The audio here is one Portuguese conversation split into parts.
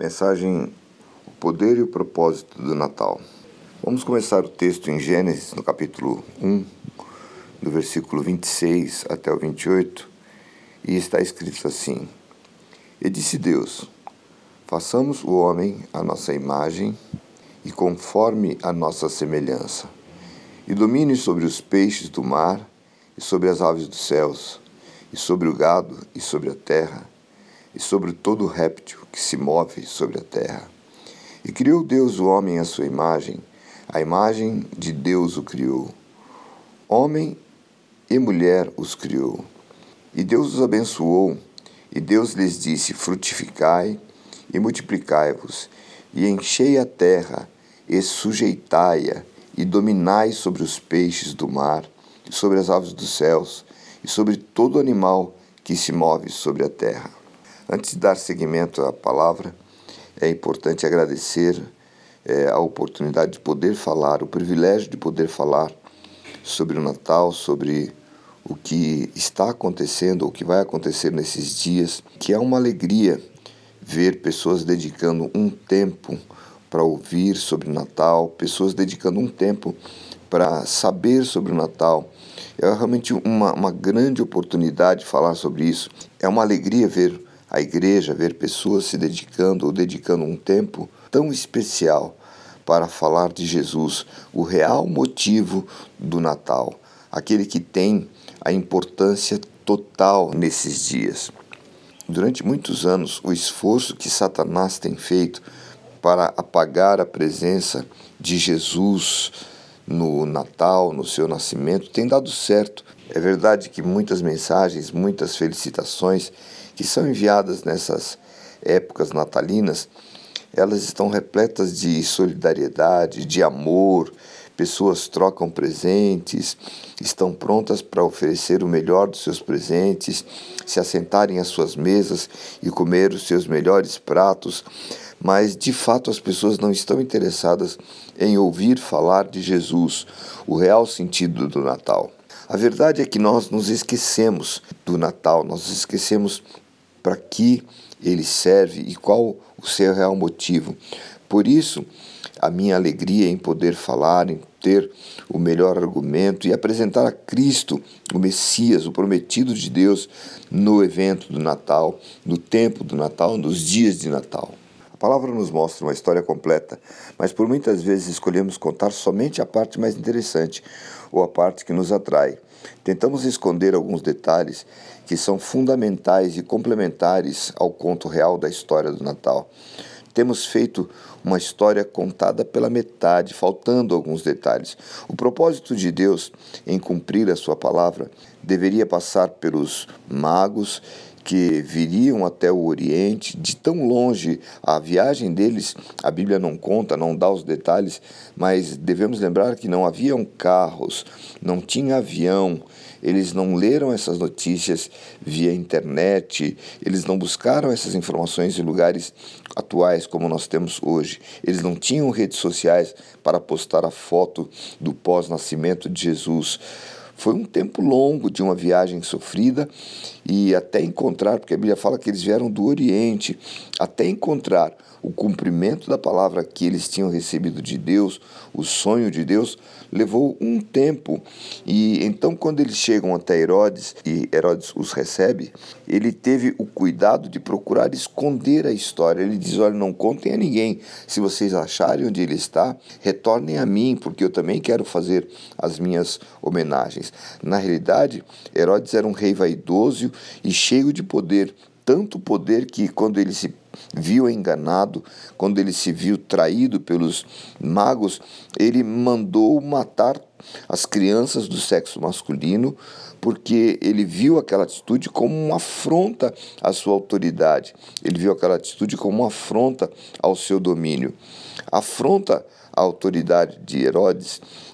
Mensagem: o poder e o propósito do Natal. Vamos começar o texto em Gênesis, no capítulo 1, do versículo 26 até o 28, e está escrito assim: E disse Deus: façamos o homem à nossa imagem e conforme a nossa semelhança, e domine sobre os peixes do mar e sobre as aves dos céus, e sobre o gado e sobre a terra, e sobre todo réptil que se move sobre a terra. E criou Deus o homem à sua imagem, a imagem de Deus o criou. Homem e mulher os criou. E Deus os abençoou, e Deus lhes disse: frutificai e multiplicai-vos, e enchei a terra, e sujeitai-a, e dominai sobre os peixes do mar, e sobre as aves dos céus, e sobre todo animal que se move sobre a terra. Antes de dar seguimento à palavra, é importante agradecer a oportunidade de poder falar, o privilégio de poder falar sobre o Natal, sobre o que está acontecendo, o que vai acontecer nesses dias, que é uma alegria ver pessoas dedicando um tempo para ouvir sobre o Natal, pessoas dedicando um tempo para saber sobre o Natal. É realmente uma grande oportunidade falar sobre isso. É uma alegria ver a igreja, ver pessoas se dedicando ou dedicando um tempo tão especial para falar de Jesus, o real motivo do Natal, aquele que tem a importância total nesses dias. Durante muitos anos, o esforço que Satanás tem feito para apagar a presença de Jesus no Natal, no seu nascimento, tem dado certo. É verdade que muitas mensagens, muitas felicitações que são enviadas nessas épocas natalinas, elas estão repletas de solidariedade, de amor, pessoas trocam presentes, estão prontas para oferecer o melhor dos seus presentes, se assentarem às suas mesas e comer os seus melhores pratos, mas de fato as pessoas não estão interessadas em ouvir falar de Jesus, o real sentido do Natal. A verdade é que nós nos esquecemos do Natal, nós esquecemos para que ele serve e qual o seu real motivo. Por isso, a minha alegria em poder falar, em ter o melhor argumento e apresentar a Cristo, o Messias, o prometido de Deus, no evento do Natal, no tempo do Natal, nos dias de Natal. A palavra nos mostra uma história completa, mas por muitas vezes escolhemos contar somente a parte mais interessante ou a parte que nos atrai. Tentamos esconder alguns detalhes que são fundamentais e complementares ao conto real da história do Natal. Temos feito uma história contada pela metade, faltando alguns detalhes. O propósito de Deus em cumprir a sua palavra deveria passar pelos magos que viriam até o Oriente, de tão longe. A viagem deles, a Bíblia não conta, não dá os detalhes, mas devemos lembrar que não haviam carros, não tinha avião, eles não leram essas notícias via internet, eles não buscaram essas informações em lugares atuais como nós temos hoje. Eles não tinham redes sociais para postar a foto do pós-nascimento de Jesus. Foi um tempo longo de uma viagem sofrida e até encontrar, porque a Bíblia fala que eles vieram do Oriente, até encontrar o cumprimento da palavra que eles tinham recebido de Deus, o sonho de Deus, levou um tempo. E então, quando eles chegam até Herodes, e Herodes os recebe, ele teve o cuidado de procurar esconder a história. Ele diz: olha, não contem a ninguém. Se vocês acharem onde ele está, retornem a mim, porque eu também quero fazer as minhas homenagens. Na realidade, Herodes era um rei vaidoso e cheio de poder, tanto poder que quando ele se viu enganado, quando ele se viu traído pelos magos, ele mandou matar as crianças do sexo masculino, porque ele viu aquela atitude como uma afronta à sua autoridade, ele viu aquela atitude como uma afronta ao seu domínio. A afronta à autoridade de Herodes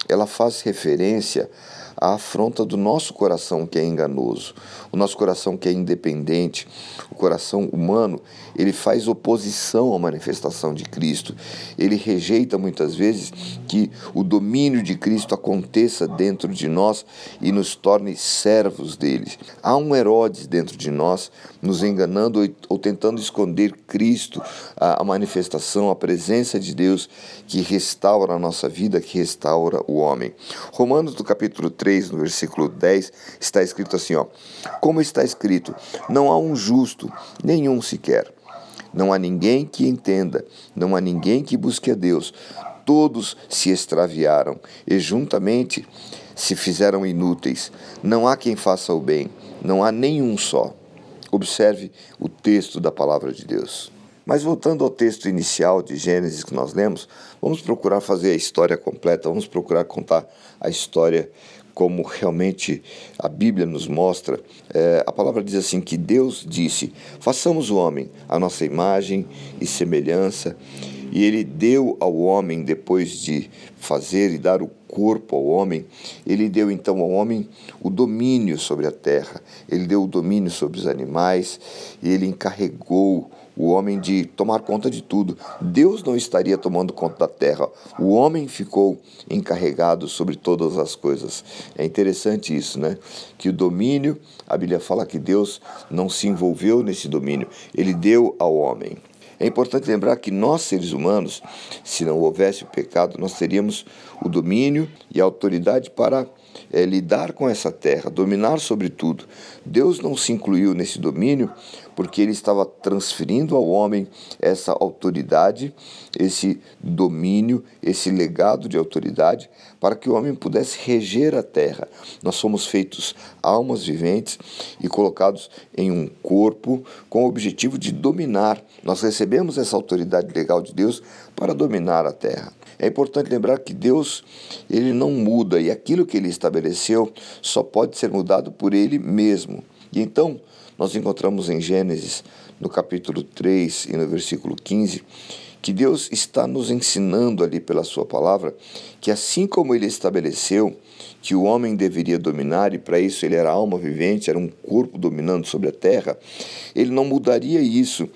ela faz referência à afronta do nosso coração que é enganoso, o nosso coração que é independente, o coração humano, ele faz oposição à manifestação de Cristo, ele rejeita muitas vezes que o domínio de Cristo aconteça dentro de nós e nos torne servos dele. Há um Herodes dentro de nós, nos enganando ou tentando esconder Cristo, a manifestação, a presença de Deus que restaura a nossa vida, que restaura o homem. Romanos, no capítulo 3, no versículo 10, está escrito assim, como está escrito, não há um justo, nenhum sequer. Não há ninguém que entenda, não há ninguém que busque a Deus. Todos se extraviaram e juntamente se fizeram inúteis. Não há quem faça o bem, não há nenhum só. Observe o texto da palavra de Deus. Mas voltando ao texto inicial de Gênesis que nós lemos, vamos procurar fazer a história completa, vamos procurar contar a história como realmente a Bíblia nos mostra. A palavra diz assim que Deus disse, façamos o homem à nossa imagem e semelhança, e ele deu ao homem, depois de fazer e dar o corpo ao homem, ele deu então ao homem o domínio sobre a terra, ele deu o domínio sobre os animais, e ele encarregou o homem de tomar conta de tudo. Deus não estaria tomando conta da terra, o homem ficou encarregado sobre todas as coisas. É interessante isso, né? Que o domínio, a Bíblia fala que Deus não se envolveu nesse domínio, ele deu ao homem. É importante lembrar que nós, seres humanos, se não houvesse o pecado, nós teríamos o domínio e a autoridade para lidar com essa terra, dominar sobre tudo. Deus não se incluiu nesse domínio porque ele estava transferindo ao homem essa autoridade, esse domínio, esse legado de autoridade, para que o homem pudesse reger a terra. Nós somos feitos almas viventes e colocados em um corpo com o objetivo de dominar. Nós recebemos essa autoridade legal de Deus para dominar a terra. É importante lembrar que Deus, ele não muda, e aquilo que ele estabeleceu só pode ser mudado por ele mesmo. E então, nós encontramos em Gênesis, no capítulo 3 e no versículo 15, que Deus está nos ensinando ali pela sua palavra, que assim como ele estabeleceu que o homem deveria dominar, e para isso ele era alma vivente, era um corpo dominando sobre a terra, ele não mudaria isso,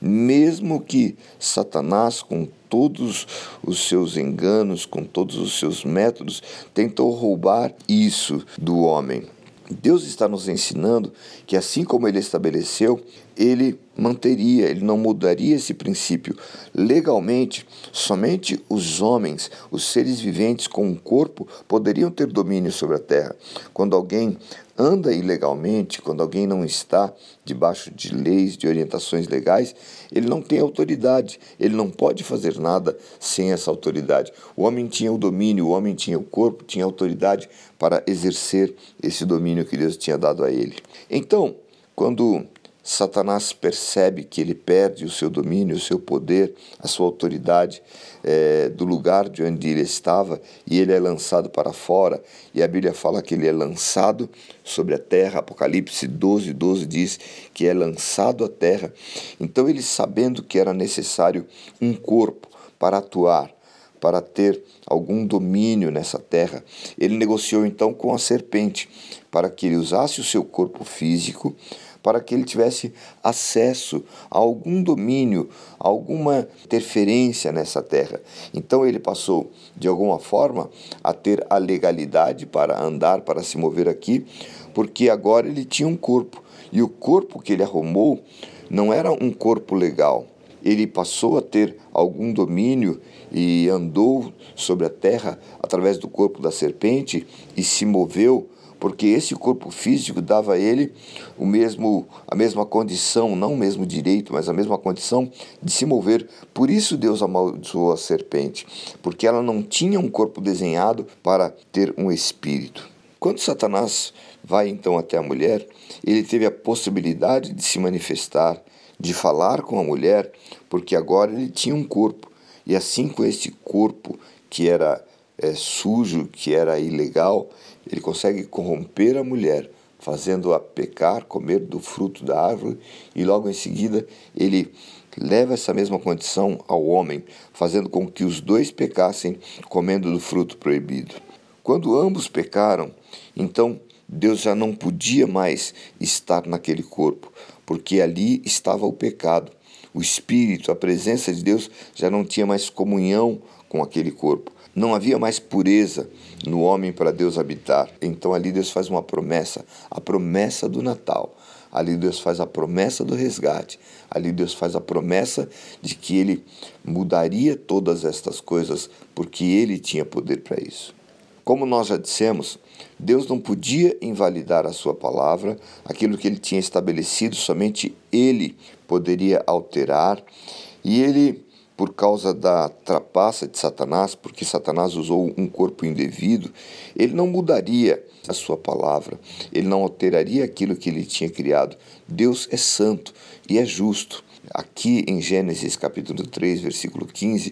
mesmo que Satanás, com todos os seus enganos, com todos os seus métodos, tentou roubar isso do homem. Deus está nos ensinando que assim como ele estabeleceu, ele manteria, ele não mudaria esse princípio. Legalmente, somente os homens, os seres viventes com um corpo, poderiam ter domínio sobre a terra. Quando alguém anda ilegalmente, quando alguém não está debaixo de leis, de orientações legais, ele não tem autoridade, ele não pode fazer nada sem essa autoridade. O homem tinha o domínio, o homem tinha o corpo, tinha autoridade para exercer esse domínio que Deus tinha dado a ele. Então, quando Satanás percebe que ele perde o seu domínio, o seu poder, a sua autoridade do lugar de onde ele estava, e ele é lançado para fora, e a Bíblia fala que ele é lançado sobre a terra. Apocalipse 12:12 diz que é lançado à terra. Então ele, sabendo que era necessário um corpo para atuar, para ter algum domínio nessa terra, ele negociou então com a serpente, para que ele usasse o seu corpo físico, para que ele tivesse acesso a algum domínio, a alguma interferência nessa terra. Então ele passou, de alguma forma, a ter a legalidade para andar, para se mover aqui, porque agora ele tinha um corpo, e o corpo que ele arrumou não era um corpo legal. Ele passou a ter algum domínio e andou sobre a terra através do corpo da serpente e se moveu, porque esse corpo físico dava a ele a mesma condição, não o mesmo direito, mas a mesma condição de se mover. Por isso Deus amaldiçoou a serpente, porque ela não tinha um corpo desenhado para ter um espírito. Quando Satanás vai então até a mulher, ele teve a possibilidade de se manifestar, de falar com a mulher, porque agora ele tinha um corpo. E assim, com esse corpo que era sujo, que era ilegal, ele consegue corromper a mulher, fazendo-a pecar, comer do fruto da árvore, e logo em seguida ele leva essa mesma condição ao homem, fazendo com que os dois pecassem comendo do fruto proibido. Quando ambos pecaram, então Deus já não podia mais estar naquele corpo, porque ali estava o pecado. O Espírito, a presença de Deus já não tinha mais comunhão com aquele corpo. Não havia mais pureza no homem para Deus habitar. Então ali Deus faz uma promessa, a promessa do Natal. Ali Deus faz a promessa do resgate. Ali Deus faz a promessa de que Ele mudaria todas estas coisas, porque Ele tinha poder para isso. Como nós já dissemos, Deus não podia invalidar a sua palavra, aquilo que Ele tinha estabelecido, somente Ele poderia alterar. E Ele, por causa da trapaça de Satanás, porque Satanás usou um corpo indevido, Ele não mudaria a sua palavra, Ele não alteraria aquilo que Ele tinha criado. Deus é santo e é justo. Aqui em Gênesis capítulo 3, versículo 15,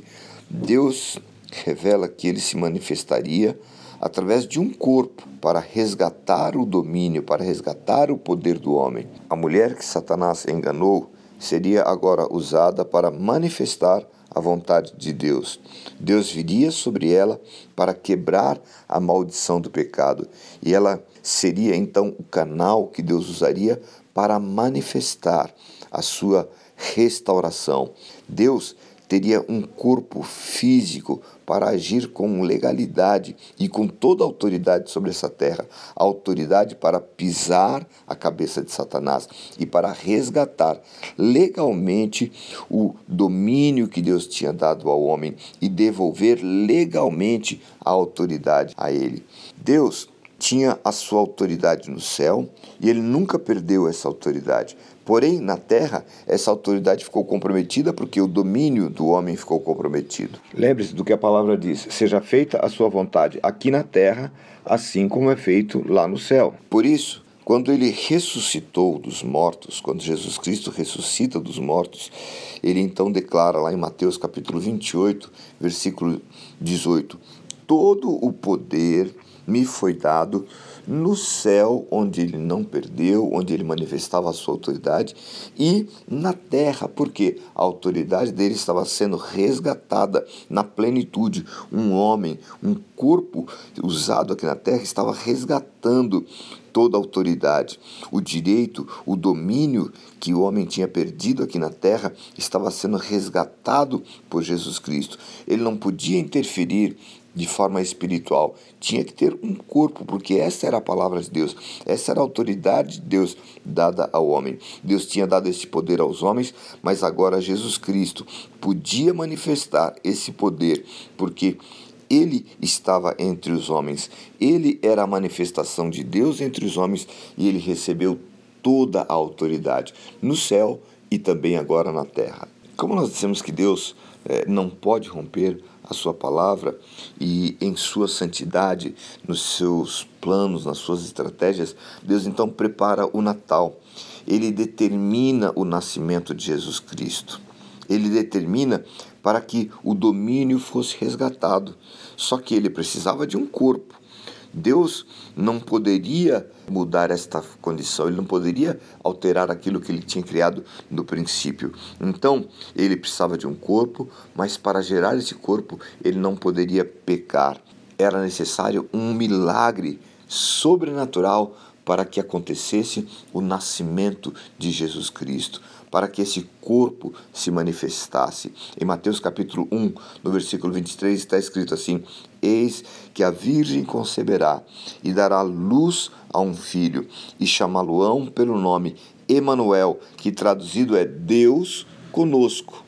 Deus revela que Ele se manifestaria através de um corpo para resgatar o domínio, para resgatar o poder do homem. A mulher que Satanás enganou seria agora usada para manifestar a vontade de Deus. Deus viria sobre ela para quebrar a maldição do pecado, e ela seria então o canal que Deus usaria para manifestar a sua restauração. Deus teria um corpo físico para agir com legalidade e com toda a autoridade sobre essa terra, a autoridade para pisar a cabeça de Satanás e para resgatar legalmente o domínio que Deus tinha dado ao homem e devolver legalmente a autoridade a ele. Deus tinha a sua autoridade no céu e ele nunca perdeu essa autoridade. Porém, na terra, essa autoridade ficou comprometida porque o domínio do homem ficou comprometido. Lembre-se do que a palavra diz: seja feita a sua vontade aqui na terra, assim como é feito lá no céu. Por isso, quando ele ressuscitou dos mortos, quando Jesus Cristo ressuscita dos mortos, ele então declara lá em Mateus capítulo 28, versículo 18: todo o poder me foi dado no céu, onde ele não perdeu, onde ele manifestava a sua autoridade, e na terra, porque a autoridade dele estava sendo resgatada na plenitude. Um homem, um corpo usado aqui na terra estava resgatando toda a autoridade. O direito, o domínio que o homem tinha perdido aqui na terra estava sendo resgatado por Jesus Cristo. Ele não podia interferir de forma espiritual, tinha que ter um corpo, porque essa era a palavra de Deus, essa era a autoridade de Deus dada ao homem. Deus tinha dado esse poder aos homens, mas agora Jesus Cristo podia manifestar esse poder, porque ele estava entre os homens, ele era a manifestação de Deus entre os homens e ele recebeu toda a autoridade no céu e também agora na terra. Como nós dissemos que Deus não pode romper a sua palavra e em sua santidade, nos seus planos, nas suas estratégias, Deus então prepara o Natal. Ele determina o nascimento de Jesus Cristo. Ele determina para que o domínio fosse resgatado. Só que ele precisava de um corpo. Deus não poderia mudar esta condição, ele não poderia alterar aquilo que ele tinha criado no princípio. Então, ele precisava de um corpo, mas para gerar esse corpo, ele não poderia pecar. Era necessário um milagre sobrenatural para que acontecesse o nascimento de Jesus Cristo, para que esse corpo se manifestasse. Em Mateus capítulo 1, no versículo 23, está escrito assim: eis que a virgem conceberá e dará luz a um filho, e chamá-lo-ão pelo nome Emanuel, que traduzido é Deus conosco.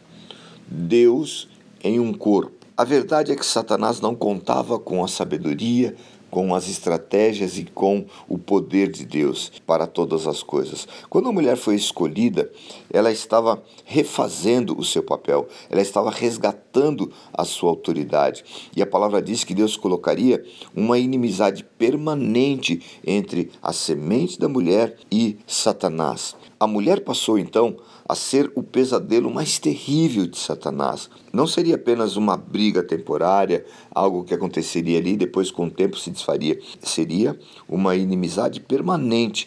Deus em um corpo. A verdade é que Satanás não contava com a sabedoria, com as estratégias e com o poder de Deus para todas as coisas. Quando a mulher foi escolhida, ela estava refazendo o seu papel, ela estava resgatando a sua autoridade. E a palavra diz que Deus colocaria uma inimizade permanente entre a semente da mulher e Satanás. A mulher passou então a ser o pesadelo mais terrível de Satanás. Não seria apenas uma briga temporária, algo que aconteceria ali e depois com o tempo se desfaria. Seria uma inimizade permanente,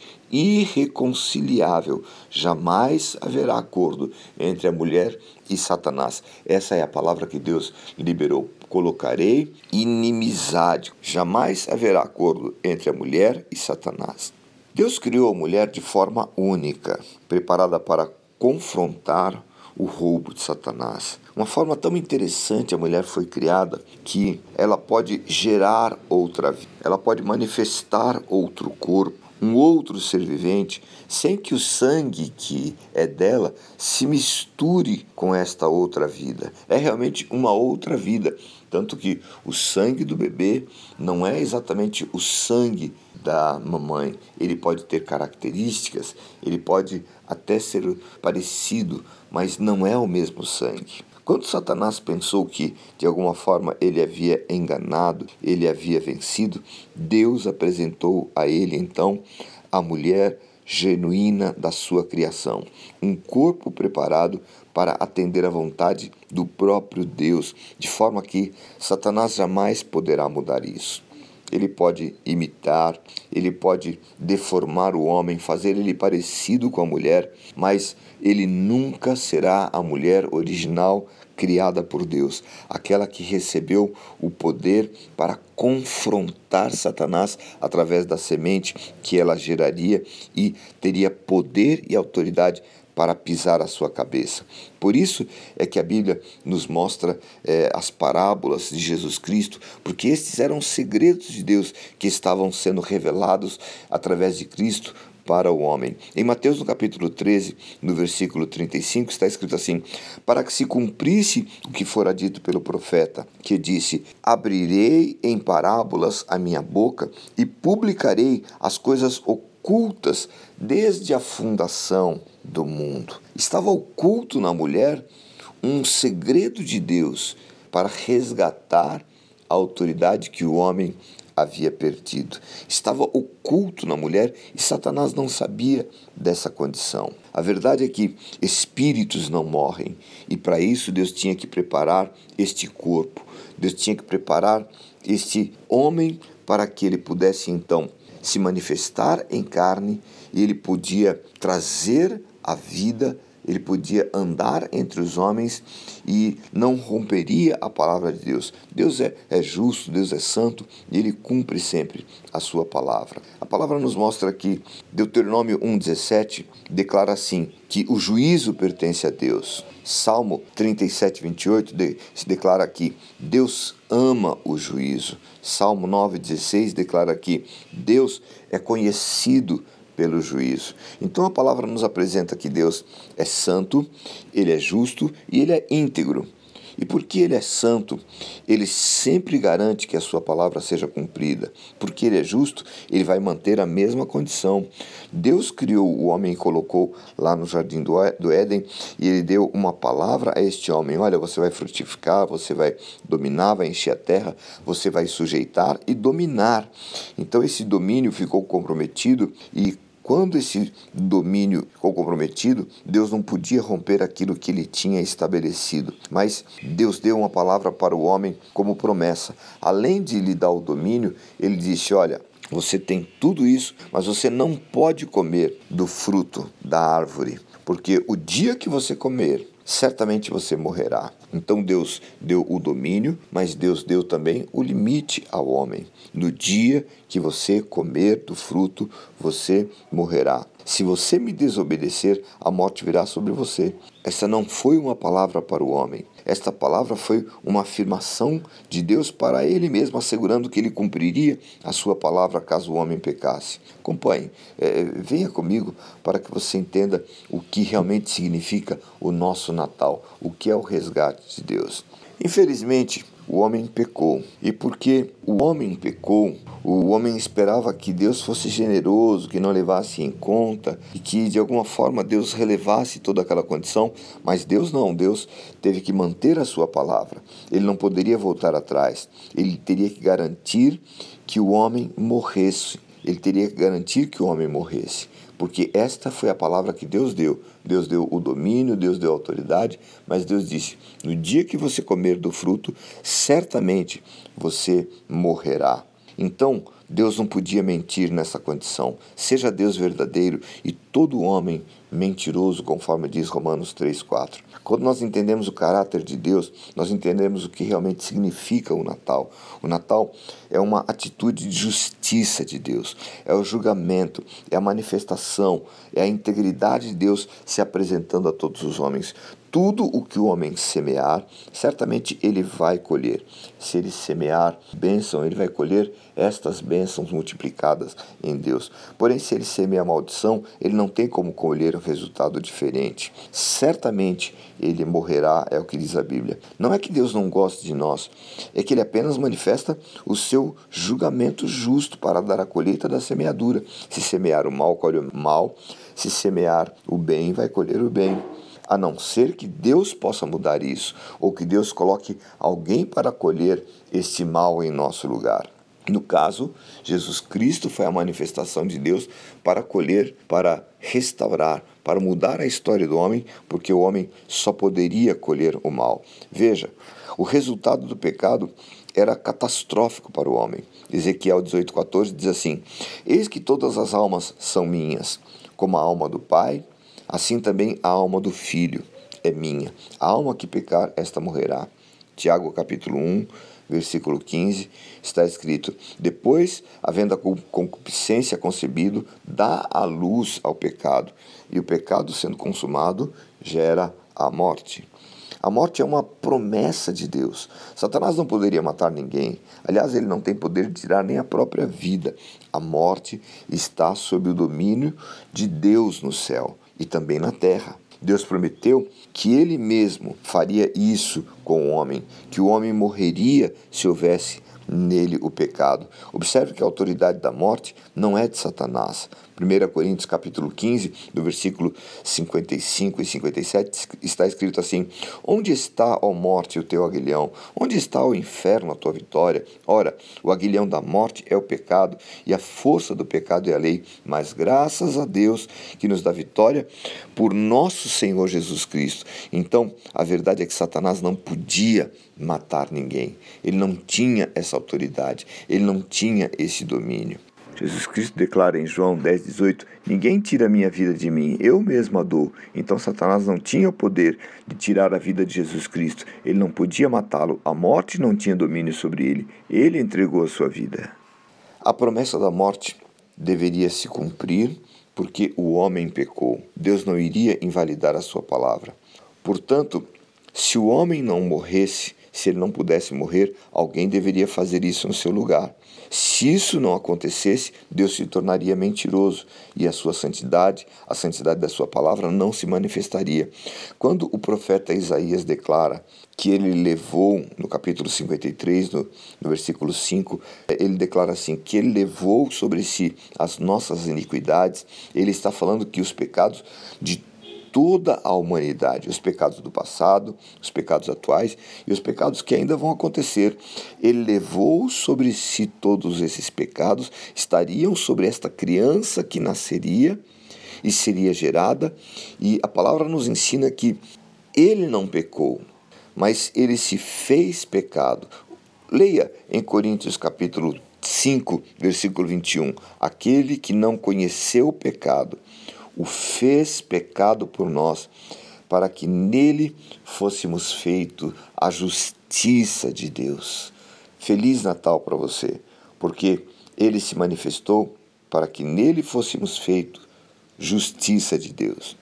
irreconciliável. Jamais haverá acordo entre a mulher e Satanás. Essa é a palavra que Deus liberou. colocarei inimizade. Jamais haverá acordo entre a mulher e Satanás. Deus criou a mulher de forma única, preparada para confrontar o roubo de Satanás. Uma forma tão interessante a mulher foi criada que ela pode gerar outra vida, ela pode manifestar outro corpo, um outro ser vivente, sem que o sangue que é dela se misture com esta outra vida. É realmente uma outra vida, tanto que o sangue do bebê não é exatamente o sangue da mamãe. Ele pode ter características, ele pode até ser parecido, mas não é o mesmo sangue. Quando Satanás pensou que, de alguma forma, ele havia enganado, ele havia vencido, Deus apresentou a ele, então, a mulher genuína da sua criação, um corpo preparado para atender à vontade do próprio Deus, de forma que Satanás jamais poderá mudar isso. Ele pode imitar, ele pode deformar o homem, fazer ele parecido com a mulher, mas ele nunca será a mulher original criada por Deus, aquela que recebeu o poder para confrontar Satanás através da semente que ela geraria e teria poder e autoridade para pisar a sua cabeça. Por isso é que a Bíblia nos mostra as parábolas de Jesus Cristo, porque estes eram segredos de Deus que estavam sendo revelados através de Cristo para o homem. Em Mateus, no capítulo 13, no versículo 35, está escrito assim: para que se cumprisse o que fora dito pelo profeta, que disse: abrirei em parábolas a minha boca e publicarei as coisas ocultas desde a fundação do mundo. Estava oculto na mulher um segredo de Deus para resgatar a autoridade que o homem havia perdido. Estava oculto na mulher e Satanás não sabia dessa condição. A verdade é que espíritos não morrem e para isso Deus tinha que preparar este corpo. Deus tinha que preparar este homem para que ele pudesse então se manifestar em carne e ele podia trazer a vida, ele podia andar entre os homens e não romperia a palavra de Deus. Deus é justo, Deus é santo e ele cumpre sempre a sua palavra. A palavra nos mostra que Deuteronômio 1,17 declara assim, que o juízo pertence a Deus. Salmo 37, 28 se declara que Deus ama o juízo. Salmo 9,16 declara que Deus é conhecido pelo juízo. Então a palavra nos apresenta que Deus é santo, ele é justo e ele é íntegro. E porque ele é santo, ele sempre garante que a sua palavra seja cumprida. Porque ele é justo, ele vai manter a mesma condição. Deus criou o homem e colocou lá no jardim do Éden e ele deu uma palavra a este homem. Olha, você vai frutificar, você vai dominar, vai encher a terra, você vai sujeitar e dominar. Então esse domínio ficou comprometido e quando esse domínio ficou comprometido, Deus não podia romper aquilo que ele tinha estabelecido. Mas Deus deu uma palavra para o homem como promessa. Além de lhe dar o domínio, ele disse, olha, você tem tudo isso, mas você não pode comer do fruto da árvore, porque o dia que você comer, certamente você morrerá. Então Deus deu o domínio, mas Deus deu também o limite ao homem. No dia que você comer do fruto, você morrerá. Se você me desobedecer, a morte virá sobre você. Essa não foi uma palavra para o homem. Esta palavra foi uma afirmação de Deus para ele mesmo, assegurando que ele cumpriria a sua palavra caso o homem pecasse. Acompanhe, venha comigo para que você entenda o que realmente significa o nosso Natal, o que é o resgate de Deus. Infelizmente, o homem pecou. E porque o homem pecou, o homem esperava que Deus fosse generoso, que não levasse em conta e que de alguma forma Deus relevasse toda aquela condição, mas Deus não, Deus teve que manter a sua palavra. Ele não poderia voltar atrás. Ele teria que garantir que o homem morresse. Ele teria que garantir que o homem morresse. Porque esta foi a palavra que Deus deu. Deus deu o domínio, Deus deu a autoridade, mas Deus disse, no dia que você comer do fruto, certamente você morrerá. Então, Deus não podia mentir nessa condição. Seja Deus verdadeiro e todo homem mentiroso, conforme diz Romanos 3:4. Quando nós entendemos o caráter de Deus, nós entendemos o que realmente significa o Natal. O Natal é uma atitude de justiça de Deus, é o julgamento, é a manifestação, é a integridade de Deus se apresentando a todos os homens. Tudo o que o homem semear, certamente ele vai colher. Se ele semear bênção, ele vai colher estas bênçãos multiplicadas em Deus. Porém, se ele semear maldição, ele não tem como colher um resultado diferente. Certamente ele morrerá, é o que diz a Bíblia. Não é que Deus não goste de nós, é que ele apenas manifesta o seu julgamento justo para dar a colheita da semeadura. Se semear o mal, colhe o mal. Se semear o bem, vai colher o bem. A não ser que Deus possa mudar isso, ou que Deus coloque alguém para colher este mal em nosso lugar. No caso, Jesus Cristo foi a manifestação de Deus para colher, para restaurar, para mudar a história do homem, porque o homem só poderia colher o mal. Veja, o resultado do pecado era catastrófico para o homem. Ezequiel 18,14 diz assim: Eis que todas as almas são minhas, como a alma do Pai, assim também a alma do Filho é minha. A alma que pecar, esta morrerá. Tiago capítulo 1, versículo 15, está escrito: Depois, havendo a concupiscência concebido, dá a luz ao pecado, e o pecado, sendo consumado, gera a morte. A morte é uma promessa de Deus. Satanás não poderia matar ninguém. Aliás, ele não tem poder de tirar nem a própria vida. A morte está sob o domínio de Deus no céu e também na terra. Deus prometeu que ele mesmo faria isso com o homem, que o homem morreria se houvesse nele o pecado. Observe que a autoridade da morte não é de Satanás. 1 Coríntios capítulo 15, do versículo 55 e 57, está escrito assim: Onde está, ó morte, o teu aguilhão? Onde está o inferno, a tua vitória? Ora, o aguilhão da morte é o pecado, e a força do pecado é a lei. Mas graças a Deus que nos dá vitória por nosso Senhor Jesus Cristo. Então, a verdade é que Satanás não podia matar ninguém. Ele não tinha essa autoridade, ele não tinha esse domínio. Jesus Cristo declara em João 10,18: Ninguém tira a minha vida de mim, eu mesmo a dou. Então Satanás não tinha o poder de tirar a vida de Jesus Cristo. Ele não podia matá-lo. A morte não tinha domínio sobre ele. Ele entregou a sua vida. A promessa da morte deveria se cumprir porque o homem pecou. Deus não iria invalidar a sua palavra. Portanto, se o homem não morresse, se ele não pudesse morrer, alguém deveria fazer isso no seu lugar. Se isso não acontecesse, Deus se tornaria mentiroso e a sua santidade, a santidade da sua palavra, não se manifestaria. Quando o profeta Isaías declara que ele levou, no capítulo 53, no versículo 5, ele declara assim, que ele levou sobre si as nossas iniquidades, ele está falando que os pecados de toda a humanidade, os pecados do passado, os pecados atuais e os pecados que ainda vão acontecer. Ele levou sobre si todos esses pecados, estariam sobre esta criança que nasceria e seria gerada, e a palavra nos ensina que ele não pecou, mas ele se fez pecado. Leia em Coríntios capítulo 5, versículo 21, aquele que não conheceu o pecado, o fez pecado por nós, para que nele fôssemos feitos a justiça de Deus. Feliz Natal para você, porque ele se manifestou para que nele fôssemos feitos justiça de Deus.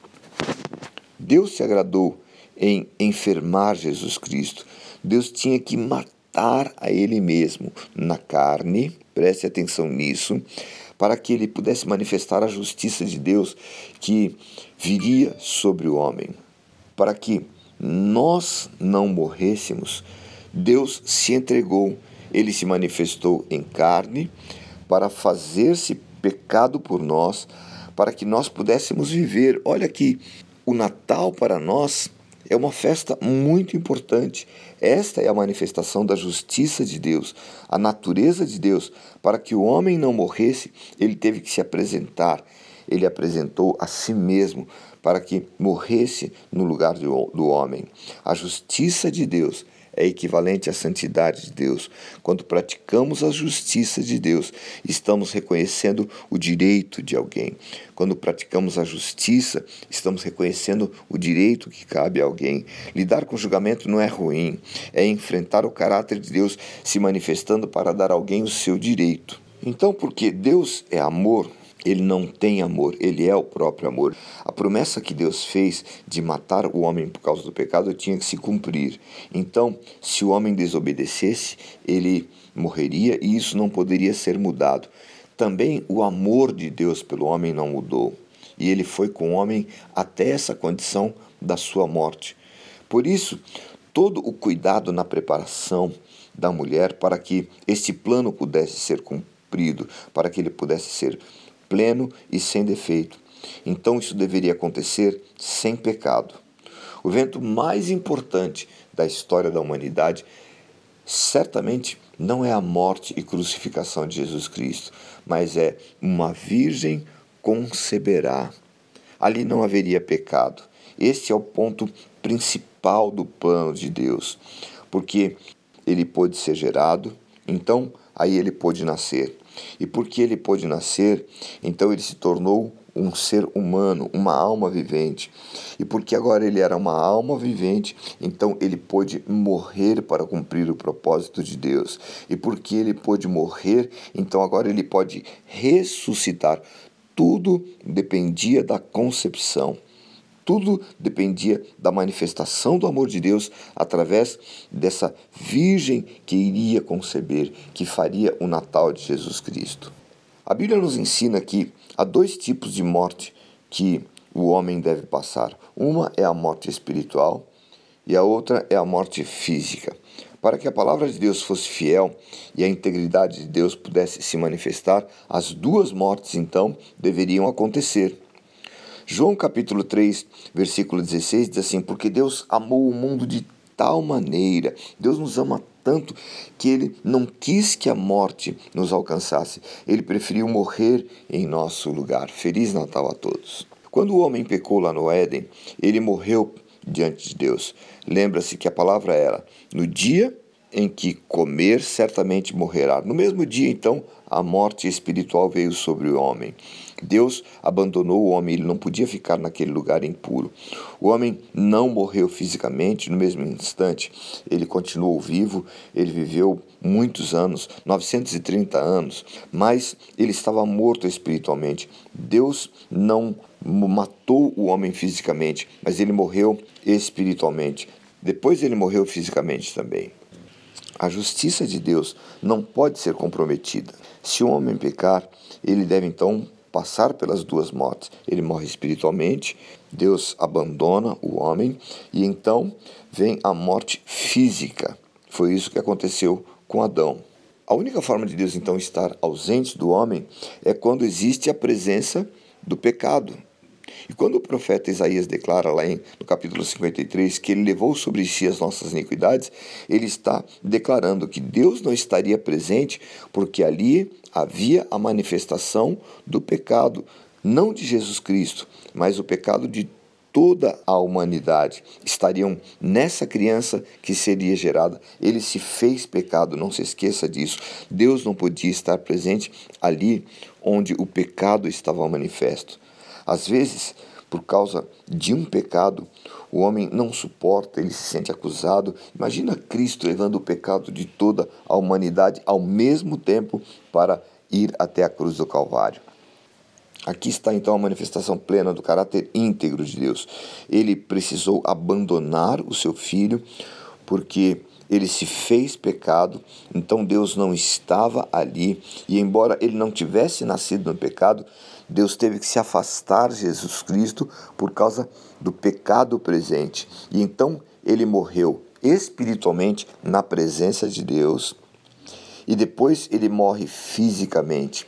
Deus se agradou em enfermar Jesus Cristo. Deus tinha que matar a ele mesmo na carne, preste atenção nisso, para que ele pudesse manifestar a justiça de Deus que viria sobre o homem. Para que nós não morrêssemos, Deus se entregou, ele se manifestou em carne para fazer-se pecado por nós, para que nós pudéssemos viver. Olha aqui, o Natal para nós é uma festa muito importante. Esta é a manifestação da justiça de Deus, a natureza de Deus. Para que o homem não morresse, ele teve que se apresentar. Ele apresentou a si mesmo para que morresse no lugar do homem. A justiça de Deus é equivalente à santidade de Deus. Quando praticamos a justiça de Deus, estamos reconhecendo o direito de alguém. Quando praticamos a justiça, estamos reconhecendo o direito que cabe a alguém. Lidar com julgamento não é ruim, é enfrentar o caráter de Deus se manifestando para dar a alguém o seu direito. Então, porque Deus é amor, Ele não tem amor, Ele é o próprio amor. A promessa que Deus fez de matar o homem por causa do pecado tinha que se cumprir. Então, se o homem desobedecesse, ele morreria e isso não poderia ser mudado. Também o amor de Deus pelo homem não mudou. E ele foi com o homem até essa condição da sua morte. Por isso, todo o cuidado na preparação da mulher para que este plano pudesse ser cumprido, para que ele pudesse ser pleno e sem defeito. Então isso deveria acontecer sem pecado. O evento mais importante da história da humanidade certamente não é a morte e crucificação de Jesus Cristo, mas é uma virgem conceberá. Ali não haveria pecado. Este é o ponto principal do plano de Deus, porque ele pôde ser gerado, então aí ele pôde nascer. E porque ele pôde nascer, então ele se tornou um ser humano, uma alma vivente. E porque agora ele era uma alma vivente, então ele pôde morrer para cumprir o propósito de Deus. E porque ele pôde morrer, então agora ele pode ressuscitar. Tudo dependia da concepção. Tudo dependia da manifestação do amor de Deus através dessa virgem que iria conceber, que faria o Natal de Jesus Cristo. A Bíblia nos ensina que há dois tipos de morte que o homem deve passar. Uma é a morte espiritual e a outra é a morte física. Para que a palavra de Deus fosse fiel e a integridade de Deus pudesse se manifestar, as duas mortes, então, deveriam acontecer. João capítulo 3, versículo 16 diz assim: porque Deus amou o mundo de tal maneira, Deus nos ama tanto que Ele não quis que a morte nos alcançasse, Ele preferiu morrer em nosso lugar. Feliz Natal a todos. Quando o homem pecou lá no Éden, ele morreu diante de Deus. Lembra-se que a palavra era: no dia em que comer, certamente morrerá. No mesmo dia, então, a morte espiritual veio sobre o homem. Deus abandonou o homem, ele não podia ficar naquele lugar impuro. O homem não morreu fisicamente no mesmo instante, ele continuou vivo, ele viveu muitos anos, 930 anos, mas ele estava morto espiritualmente. Deus não matou o homem fisicamente, mas ele morreu espiritualmente. Depois ele morreu fisicamente também. A justiça de Deus não pode ser comprometida. Se um homem pecar, ele deve então passar pelas duas mortes. Ele morre espiritualmente, Deus abandona o homem e então vem a morte física. Foi isso que aconteceu com Adão. A única forma de Deus então estar ausente do homem é quando existe a presença do pecado. E quando o profeta Isaías declara lá no capítulo 53 que ele levou sobre si as nossas iniquidades, ele está declarando que Deus não estaria presente porque ali havia a manifestação do pecado, não de Jesus Cristo, mas o pecado de toda a humanidade. Estariam nessa criança que seria gerada. Ele se fez pecado, não se esqueça disso. Deus não podia estar presente ali onde o pecado estava manifesto. Às vezes, por causa de um pecado, o homem não suporta, ele se sente acusado. Imagina Cristo levando o pecado de toda a humanidade ao mesmo tempo para ir até a cruz do Calvário. Aqui está então a manifestação plena do caráter íntegro de Deus. Ele precisou abandonar o seu filho porque ele se fez pecado, então Deus não estava ali, e embora ele não tivesse nascido no pecado, Deus teve que se afastar de Jesus Cristo por causa do pecado presente. E então ele morreu espiritualmente na presença de Deus, e depois ele morre fisicamente,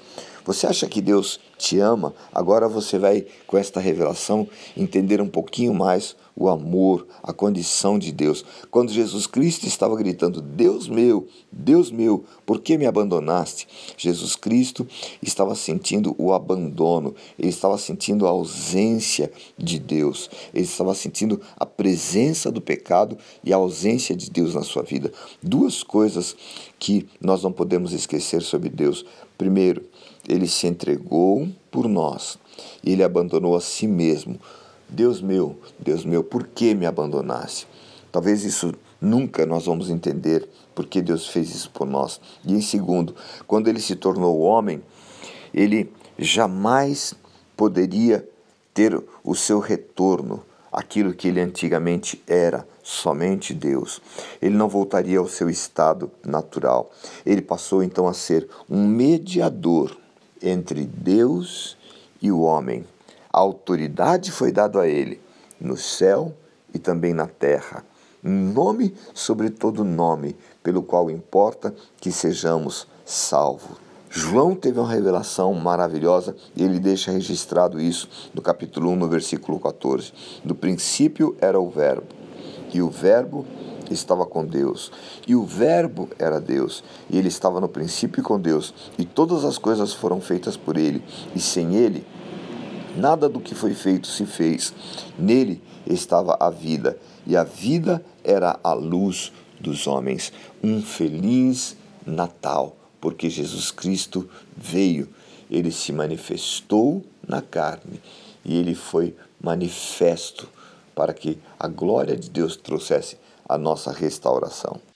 Você acha que Deus te ama? Agora você vai, com esta revelação, entender um pouquinho mais o amor, a condição de Deus. Quando Jesus Cristo estava gritando, Deus meu, por que me abandonaste? Jesus Cristo estava sentindo o abandono, ele estava sentindo a ausência de Deus, ele estava sentindo a presença do pecado e a ausência de Deus na sua vida. Duas coisas que nós não podemos esquecer sobre Deus. Primeiro, ele se entregou por nós e ele abandonou a si mesmo. Deus meu, por que me abandonaste? Talvez isso nunca nós vamos entender porque Deus fez isso por nós. E em segundo, quando ele se tornou homem, ele jamais poderia ter o seu retorno, aquilo que ele antigamente era, somente Deus. Ele não voltaria ao seu estado natural. Ele passou então a ser um mediador entre Deus e o homem. A autoridade foi dada a ele no céu e também na terra. Um nome sobre todo nome, pelo qual importa que sejamos salvos. João teve uma revelação maravilhosa e ele deixa registrado isso no capítulo 1, no versículo 14. No princípio era o Verbo, e o Verbo estava com Deus, e o Verbo era Deus, e ele estava no princípio com Deus, e todas as coisas foram feitas por ele, e sem ele nada do que foi feito se fez. Nele estava a vida, e a vida era a luz dos homens. Um feliz Natal, porque Jesus Cristo veio, ele se manifestou na carne, e ele foi manifesto para que a glória de Deus trouxesse a nossa restauração.